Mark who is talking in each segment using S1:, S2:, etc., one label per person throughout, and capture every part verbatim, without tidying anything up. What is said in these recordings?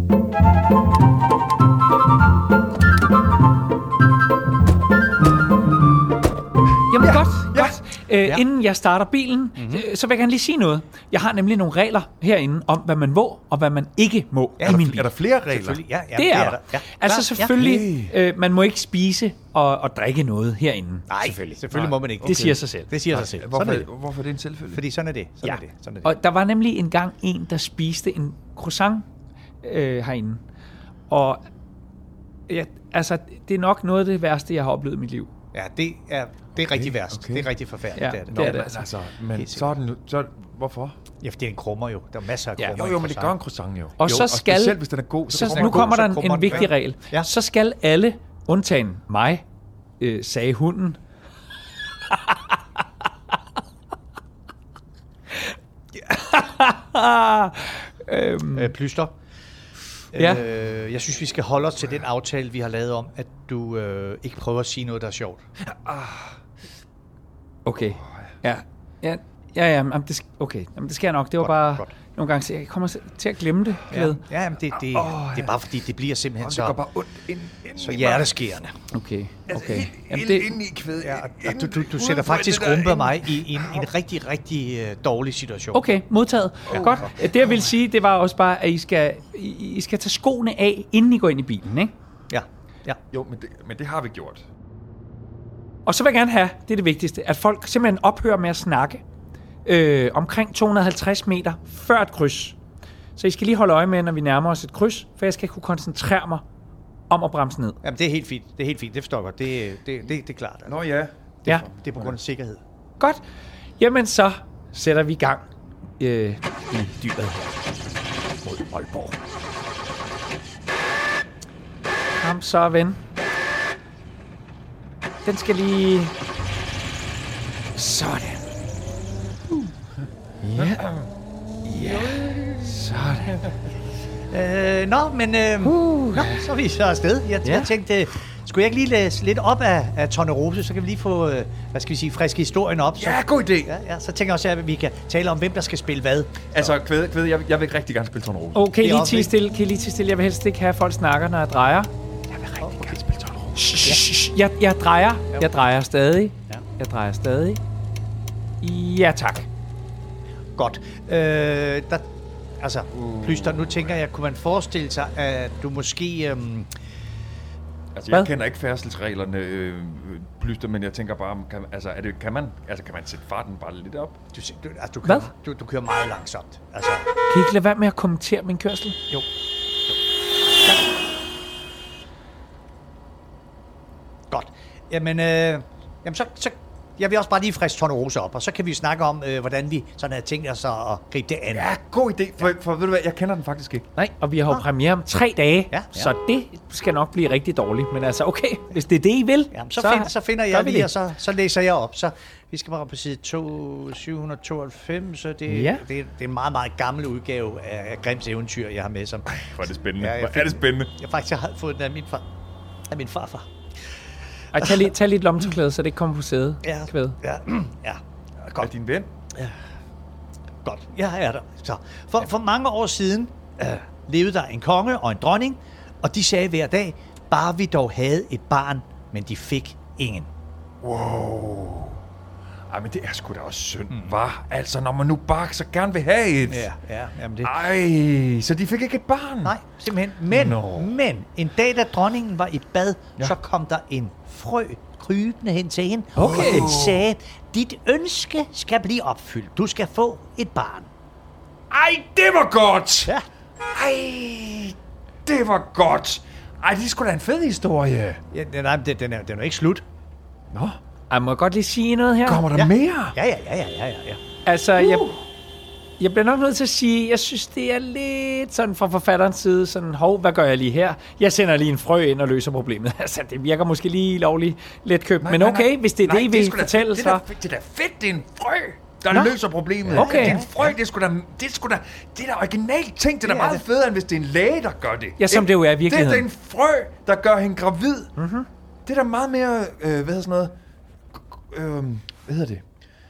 S1: Jamen
S2: Ja,
S1: godt,
S2: ja.
S1: godt. Øh,
S2: Ja.
S1: Inden jeg starter bilen, mm-hmm. øh, så vil jeg gerne lige sige noget. Jeg har nemlig nogle regler herinde om, hvad man må og hvad man ikke må
S2: Ja,
S1: i min bil.
S2: er der flere regler?
S3: Ja, ja,
S1: Det er der.
S3: Ja,
S1: Altså
S3: klar.
S1: selvfølgelig, øh, man må ikke spise og, og drikke noget herinde.
S3: Nej, selvfølgelig, selvfølgelig må man ikke.
S1: Det siger sig selv.
S3: Det siger sig selv.
S2: Hvorfor,
S3: Sådan er det.
S2: hvorfor er det en selvfølge?
S3: Fordi sådan er det. Sådan
S1: Ja.
S3: er det. Sådan er det.
S1: Og der var nemlig engang en, der spiste en croissant øh, herinde. Og ja, altså, det er nok noget af det værste, jeg har oplevet i mit liv.
S3: Ja, det er, det er rigtig værst.
S2: okay.
S3: Det er rigtig forfærdeligt.
S1: Ja,
S3: det er det.
S1: det er
S2: Nå,
S1: det.
S2: men altså, men
S3: Helt
S2: så er den, så, hvorfor?
S3: Ja, for det er en krummer jo. Der er masser af
S1: Ja.
S3: krummer.
S2: Jo,
S3: i
S2: jo, men det gør
S3: croissant.
S2: en croissant jo.
S1: Og
S2: jo,
S1: så skal...
S2: specielt hvis den er god. Så,
S1: Så,
S2: så
S1: nu
S2: den
S1: kommer
S3: så
S1: der en,
S3: krummer
S1: en
S3: den.
S1: vigtig
S3: Ja.
S1: regel.
S3: Ja.
S1: Så skal alle, undtagen mig, øh, sagde hunden, øhm,
S3: Øh, Plyster.
S1: Ja.
S3: Øh, jeg synes, vi skal holde os til den aftale, vi har lavet om, at du øh, ikke prøver at sige noget, der er sjovt.
S1: okay, ja, ja, ja, ja jamen, det, sk- okay, jamen, det skal jeg nok. Det var
S3: Godt,
S1: bare
S3: godt.
S1: nogle gange, så jeg kommer til at glemme det.
S3: Ja,
S1: Glæde.
S3: ja men det, det,
S2: Åh,
S3: det er bare fordi, det bliver simpelthen
S2: det
S3: så,
S2: går bare ondt ind, ind
S3: så
S2: i mig.
S3: hjerteskærende.
S1: Okay,
S2: Altså,
S1: okay.
S2: helt,
S1: Jamen,
S2: helt
S1: det,
S2: inde i kvædet.
S3: Ja, og du, du, du sætter faktisk rumpe mig i, i en, en rigtig, rigtig øh, dårlig situation.
S1: okay, modtaget. Ja. Godt. Det jeg vil sige, det var også bare, at I skal, I, I skal tage skoene af, inden I går ind i bilen, ikke?
S3: Ja, ja.
S2: Jo, men det, men det har vi gjort.
S1: Og så vil jeg gerne have, det er det vigtigste, at folk simpelthen ophører med at snakke øh, omkring to hundrede og halvtreds meter før et kryds. Så I skal lige holde øje med, når vi nærmer os et kryds, for jeg skal kunne koncentrere mig om at bremse ned.
S3: Jamen, det er helt fint. Det er helt fint. Det forstår jeg godt. Det, det, det, det er klart.
S2: Nå ja.
S1: Ja,
S3: Det er på grund af sikkerhed.
S1: godt. Jamen så sætter vi i gang øh, i dyret her mod Aalborg. Kom så, ven. Den skal lige... Sådan. Ja. Ja. Sådan.
S3: Øh, nå, men øh, uh. nå, så er vi så afsted. Jeg,
S1: Ja.
S3: jeg tænkte, skulle jeg ikke lige læse lidt op af, af Tornerose, så kan vi lige få, øh, hvad skal vi sige, friske historien op. Så,
S2: Ja, god idé.
S3: ja, ja, så tænker jeg også, at vi kan tale om, hvem der skal spille hvad.
S2: Altså, kvæde, kvæde, jeg, jeg vil rigtig gerne spille Tornerose.
S1: Oh, kan I
S3: Det er
S1: lige
S3: også
S1: tige
S3: vigtigt.
S1: stille? Kan I lige tige stille? Jeg vil helst ikke have, at folk snakker, når jeg drejer.
S2: Jeg vil rigtig okay. gerne spille Tornerose.
S1: Shh, shh, shh. Jeg, jeg drejer. Jeg drejer stadig.
S3: Ja.
S1: Jeg drejer stadig. Ja, tak.
S3: Godt. Øh, der, altså, uh. Plyster, nu tænker jeg, kunne man forestille sig, at du måske... Øhm,
S2: Altså,
S1: Hvad?
S2: jeg kender ikke færdselsreglerne, øh, Plyster, men jeg tænker bare, kan, altså, er det, kan, man, altså, kan man sætte farten bare lidt op?
S3: du, du, altså, du, kører,
S1: Hvad?
S3: du, du kører meget langsomt. Altså,
S1: Kan I ikke lade være med at kommentere min kørsel?
S3: jo. Godt. Jamen, øh, jamen så, så jeg vil også bare lige friske Tornerose op, og så kan vi snakke om, øh, hvordan vi sådan har tænkt os at gribe det an.
S2: Ja, god idé, for, for ved du hvad, jeg kender den faktisk ikke.
S1: Nej, og vi har jo premiere om tre dage,
S3: Ja, ja.
S1: så det skal nok blive rigtig dårligt. Men altså, okay, hvis det er det, I vil,
S3: Jamen, så, så, find, så finder
S1: gør
S3: jeg
S1: vi
S3: lige,
S1: det.
S3: og så, så læser jeg op. Så vi skal bare på side to, syv hundrede og tooghalvfems, så det,
S1: Ja.
S3: det, det er en meget, meget gammel udgave af, af Grimms eventyr, jeg har med som.
S2: Hvor er det spændende.
S3: Ja, jeg
S2: Hvor
S3: fik
S2: er det
S3: den.
S2: spændende.
S3: Jeg faktisk har fået den af min far. Af min farfar.
S1: Ej, tag lige, tag lige et lommetørklæde, så det ikke kommer på sædet.
S3: Ja,
S1: Kvæde.
S3: ja, ja.
S2: Er
S3: Godt,
S2: din ven?
S3: godt. Jeg er der. Så, for, for mange år siden øh, levede der en konge og en dronning, og de sagde hver dag, bare vi dog havde et barn, men de fik ingen.
S2: Wow. Ej, men det er sgu da også synd, mm. var. Altså, når man nu bare så gerne vil have et.
S3: Ja, ja, jamen det.
S2: Ej, så de fik ikke et barn?
S3: Nej, simpelthen. Men,
S2: Nå.
S3: men en dag, da dronningen var i bad,
S2: Ja.
S3: ja. så kom der en frø krybende hen til hende,
S1: Okay.
S3: og den sagde, dit ønske skal blive opfyldt. Du skal få et barn.
S2: Ej, det var godt!
S3: Ja.
S2: Ej, det var godt! Ej, det er sgu da en fed historie.
S3: Ja, nej, den, den, er, den er ikke slut.
S2: Nå,
S1: Ej, må jeg godt lige sige noget her?
S2: kommer der
S3: Ja.
S2: mere?
S3: Ja, ja, ja, ja, ja, ja.
S1: Altså, jeg, jeg bliver nok nødt til at sige, jeg synes, det er lidt sådan fra forfatterens side, sådan, hov, hvad gør jeg lige her? Jeg sender lige en frø ind og løser problemet. Altså, det virker måske lige lovligt let købt, men okay, hvis det er
S2: nej,
S1: det, I vil
S2: sgu da-
S1: fortælle,
S2: det
S1: så...
S2: er da, det er da fedt, det er en frø, der
S1: Nå.
S2: løser problemet.
S1: Okay.
S2: Det er en frø, det er sgu da, det er sgu da, det er da originalt ting, det er da
S3: Det er
S2: meget
S3: det.
S2: federe, end hvis det er en læge, der gør det.
S1: Ja, som det jo er i virkeligheden.
S2: Det er en frø, der gør hende gravid. Mm-hmm. Det er da meget mere, øh, hvad hedder sådan noget, øh, hvad hedder det?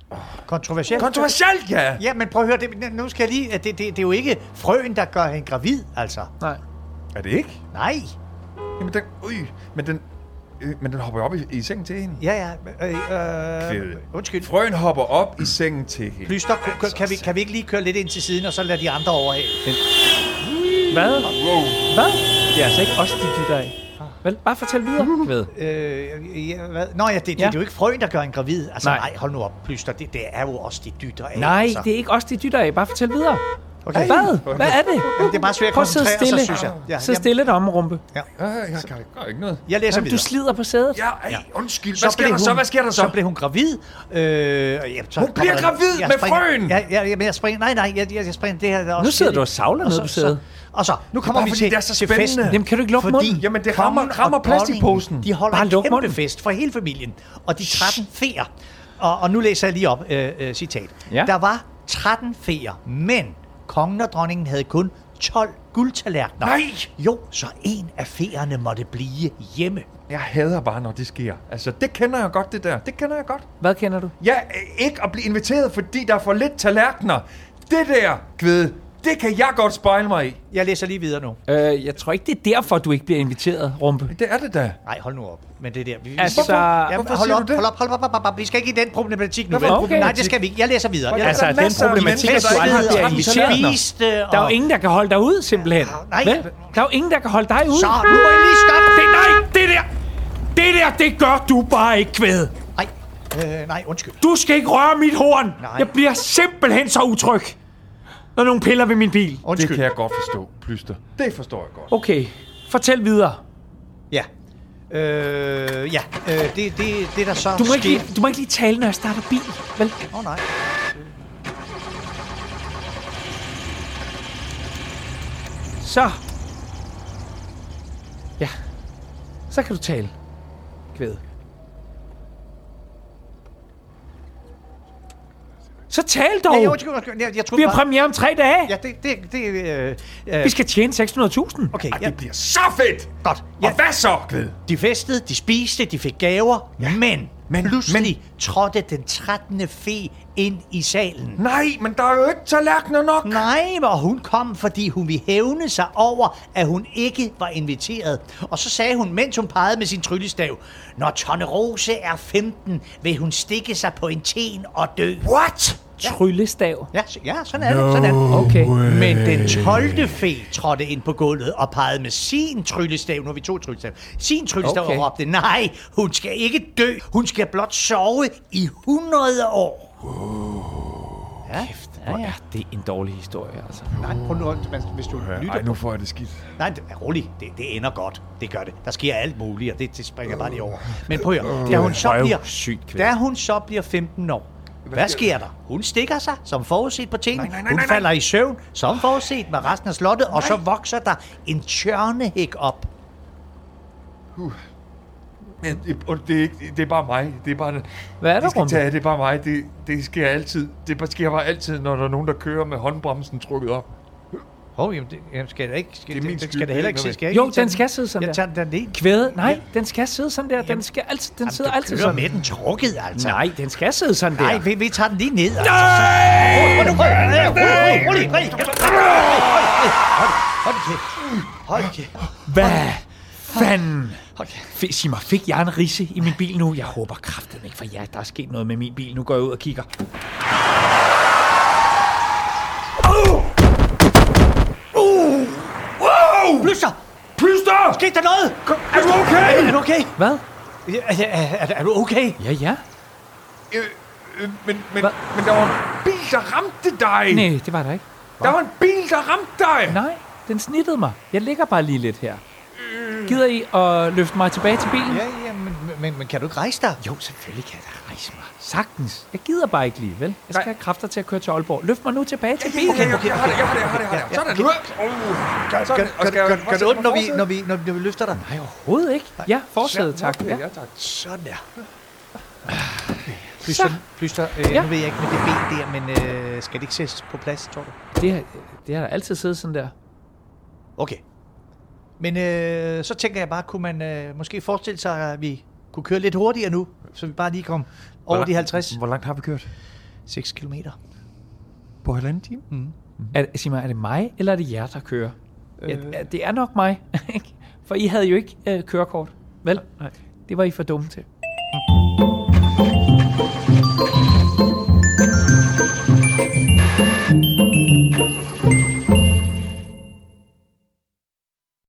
S3: Kontroversielt.
S2: Kontroversielt, ja!
S3: Ja, men prøv at høre, det, nu skal jeg lige... Det, det, det er jo ikke frøen, der gør hende gravid, altså.
S1: Nej.
S2: Er det ikke?
S3: Nej.
S2: Jamen, den... Øj, men den... Øh, men den hopper op i, i sengen til hende.
S3: Ja, ja. Øh, øh, undskyld.
S2: Frøen hopper op i sengen til hende.
S3: Plyster, kan, kan, vi, kan vi ikke lige køre lidt ind til siden, og så lade de andre overhale?
S1: Hvad?
S2: Wow.
S1: Hvad? Det er altså ikke os, de dytter af. Vel, bare fortæl videre. Ved.
S3: Øh, ja, hvad? Nå ja, det, det,
S1: Ja.
S3: det er jo ikke frøen, der gør en gravid. Altså
S1: Nej.
S3: nej, hold nu op, Plyster. Det, det er jo også de dytter af.
S1: Nej,
S3: altså.
S1: det er ikke os, de dytter af. Bare fortæl videre.
S3: Okay.
S1: Hvad? Hvad er det?
S3: Jamen, det er bare svært at
S1: Prøv at sidde
S3: koncentrere
S1: stille.
S3: sig, synes jeg. Ja,
S1: Sid stille derom, rumpe.
S2: Ja, jeg kan gør ikke noget.
S3: Jeg læser
S1: Jamen,
S3: videre.
S1: du slider på sædet.
S2: Ja, ej, undskyld.
S3: Så
S2: Hvad sker
S3: blev
S2: der så?
S3: hun-
S2: Hvad sker der så?
S3: Så blev hun gravid. Øh, ja, så
S2: Hun bliver
S3: kommer der-
S2: gravid
S3: jeg
S2: med
S3: springer-
S2: frøen!
S3: Ja, ja, ja, men jeg springer... Nej, nej, jeg, jeg, jeg springer det her... Der er også
S1: Nu sidder
S3: lidt-
S1: du og savler
S3: og
S1: nede
S3: så-
S1: på sædet.
S3: så- Og så, nu kommer
S2: bare
S3: vi
S2: fordi
S3: til,
S2: det er så
S3: til
S2: spændende.
S3: festen.
S1: Jamen, kan du ikke lukke munden?
S2: Jamen, det rammer-
S3: kongen
S2: rammer
S3: og dronningen,
S2: plastikposen.
S3: De holder
S1: Bare
S3: en
S1: luk
S3: kæmpe
S1: munden.
S3: fest for hele familien. Og de tretten feer. Og, og nu læser jeg lige op, øh, øh, citat.
S1: Ja.
S3: Der var tretten feer, men kongen og dronningen havde kun tolv guldtallerkener.
S2: Nej!
S3: Jo, så en af feerne måtte blive hjemme.
S2: Jeg hader bare, når det sker. Altså, det kender jeg godt, det der. Det kender jeg godt.
S1: Hvad kender du?
S2: Ja, øh, ikke at blive inviteret, fordi der er for lidt tallerkener. Det der, Kvede, det kan jeg godt spejle mig i.
S3: Jeg læser lige videre nu.
S1: Øh, jeg tror ikke, det er derfor, du ikke bliver inviteret, rumpe.
S2: Det er det da.
S3: Nej, hold nu op. Men det er der. Vi, vi
S1: Altså-
S3: skal- Jamen,
S2: Hvorfor
S3: hold
S2: siger
S3: op,
S2: du det?
S3: hold op, hold op, hold op, hold op. Vi skal ikke i den problematik nu.
S2: Hvad
S3: vel?
S2: for
S1: okay.
S3: Nej, det skal vi ikke. Jeg læser videre. Jeg
S1: Altså,
S2: der er
S1: den
S2: masser af
S1: problematik,
S2: mennesker,
S1: at du
S2: der
S1: aldrig
S2: ikke
S1: bliver
S2: har
S1: inviteret.
S2: tallerkener.
S3: spiste, og...
S1: Der er jo ingen, der kan holde dig ud, simpelthen.
S3: Nej.
S1: Vel? Der er jo ingen, der kan holde dig ud.
S3: Så, nu må I lige stoppe.
S1: Det, nej, det der, det der, det gør du bare ikke, Kvæde.
S3: Nej, øh, nej, undskyld.
S1: Du skal ikke røre mit horn.
S3: Nej.
S1: Jeg bliver simpelthen så utryg, når nogen piller ved min bil.
S3: Undskyld.
S2: Det kan jeg godt forstå, Plyster. Det forstår jeg godt.
S1: Okay, fortæl videre.
S3: Ja. Øh, ja, øh, det, det, det der så
S1: Du må, ikke
S3: skete-
S1: lige, du må ikke lige tale, når jeg starter bil, vel?
S3: Åh, oh, nej.
S1: Så. Ja. Så kan du tale, Kvæde. Så tal dog!
S3: Ja, undskyld, undskyld. Jeg, jeg troede
S1: Vi har
S3: bare...
S1: premiere om tre dage.
S3: Ja, det... det, det øh, øh,
S1: Vi skal tjene seks hundrede tusind.
S3: Okay,
S2: Ej,
S3: ja,
S2: det bliver så fedt!
S3: godt.
S2: Ja.
S3: Ja,
S2: Og hvad så, Kvede?
S3: de festede, de spiste, de fik gaver, ja. men,
S2: Men-
S3: pludselig trådte den trettende fe ind i salen.
S2: Nej, men der er jo ikke tallerkener nok.
S3: Nej, hvor hun kom, fordi hun ville hævne sig over, at hun ikke var inviteret. Og så sagde hun, mens hun pegede med sin tryllestav, når Tornerose er femten, vil hun stikke sig på en ten og dø.
S2: What?
S1: Tryllestav.
S3: Ja, så- ja sådan er det. Sådan er det.
S1: Okay.
S3: Men den tolvte fe trådte ind på gulvet og pegede med sin tryllestav. Nu har vi to tryllestav. Sin tryllestav
S1: Okay.
S3: og råbte, nej, hun skal ikke dø. Hun skal blot sove i hundrede år. Ja,
S1: Hvor er det en dårlig historie, altså.
S3: Nej, prøv nu, men hvis du lytter
S2: Ej,
S3: på...
S2: nu får jeg det skidt.
S3: Nej, det, rolig. Det, det ender godt. Det gør det. Der sker alt muligt, og det, det springer bare lige over. Men prøv at høre. Da hun så bliver,
S1: Sygt, Kvæde.
S3: da hun så bliver femten år, hvad sker der? Hun stikker sig, som forudset på ting.
S2: Nej, nej, nej,
S3: Hun
S2: nej, nej.
S3: falder i søvn, som forudset med resten af slottet, og så vokser der en tjørnehæk op.
S2: Men det, og det, er ikke, det er bare mig. Det er bare...
S1: Hvad er der,
S2: det skal
S1: Rumpe?
S2: tage, det er bare mig. Det, det sker altid. Det sker bare altid, når der er nogen, der kører med håndbremsen trukket op.
S3: Hov, jamen, det, jamen, skal det ikke... Skal,
S2: Det er min
S3: det,
S2: skyld,
S3: skal det
S2: det
S3: heller
S2: er
S3: ikke
S2: ikke
S3: se?
S2: noget
S3: Skal jeg
S1: Jo,
S3: ikke tage
S1: den skal sidde sådan
S3: Jeg
S1: der.
S3: tager den ned.
S1: Kvæde, nej, den skal sidde sådan der. Den, skal altid, den sidder
S3: Jamen,
S1: altid
S3: du kører
S1: sådan.
S3: med den trukket, altså.
S1: Nej, den skal sidde sådan der.
S3: Nej, vi, vi tager den lige ned. Altså. Nej! Rolig, rolig, rolig. Hold kæft. Hold kæft.
S1: Hvad fanden?
S3: Hold kæft.
S1: Fik, sig mig, fik jeg en risse i min bil nu? Jeg håber kraftigt ikke, for ja, der er sket noget med min bil. Nu går jeg ud og kigger.
S2: Wow!
S3: Plyster!
S2: Plyster!
S3: Skete der noget?
S2: Er du okay?
S3: Er du okay?
S1: Hvad?
S3: Er, er, er, er du okay?
S1: Ja, ja.
S2: Øh, øh, men, men,
S1: Hva?
S2: men der var en bil, der ramte dig.
S1: Nej, det var der ikke.
S2: Der var en bil, der ramte dig.
S1: Nej, den snittede mig. Jeg ligger bare lige lidt her. Gider I at løfte mig tilbage til bilen?
S3: Ja, ja, men, men, men kan du ikke rejse dig?
S1: Jo, selvfølgelig kan jeg da rejse mig. Sagtens. Jeg gider bare ikke lige, vel? Jeg skal
S2: Nej.
S1: have kræfter til at køre til Aalborg. Løft mig nu tilbage til
S2: Okay,
S1: bilen.
S2: okay, jeg har det, jeg har det, jeg har det, jeg har det. Sådan, nu.
S3: Gør,
S2: Sådan.
S3: gør,
S2: Og
S3: gør,
S2: skal jeg
S3: gør, gør det
S2: fortsætte
S3: ondt, når vi,
S2: forsædet?
S3: når, vi, når, vi, når vi løfter dig?
S1: Nej, overhovedet ikke. Ja, forsædet, tak.
S2: Okay,
S1: Ja.
S2: ja, tak.
S3: Sådan der. Plyster, Plyster øh,
S1: Ja.
S3: nu ved jeg ikke med det ben der, men øh, skal det ikke sættes på plads, tror du?
S1: Det har, det har altid siddet sådan der.
S3: Okay. Men øh, så tænker jeg bare, kunne man øh, måske forestille sig, at vi kunne køre lidt hurtigere nu, så vi bare lige kom over de halvtreds.
S2: Hvor langt har vi kørt?
S3: seks kilometer.
S2: På halvanden time?
S3: Mm.
S1: Er, sig mig, er det mig, eller er det jer, der kører? Øh. Ja, det er nok mig. For I havde jo ikke øh, kørekort. Vel?
S2: Nej.
S1: Det var I for dumme til.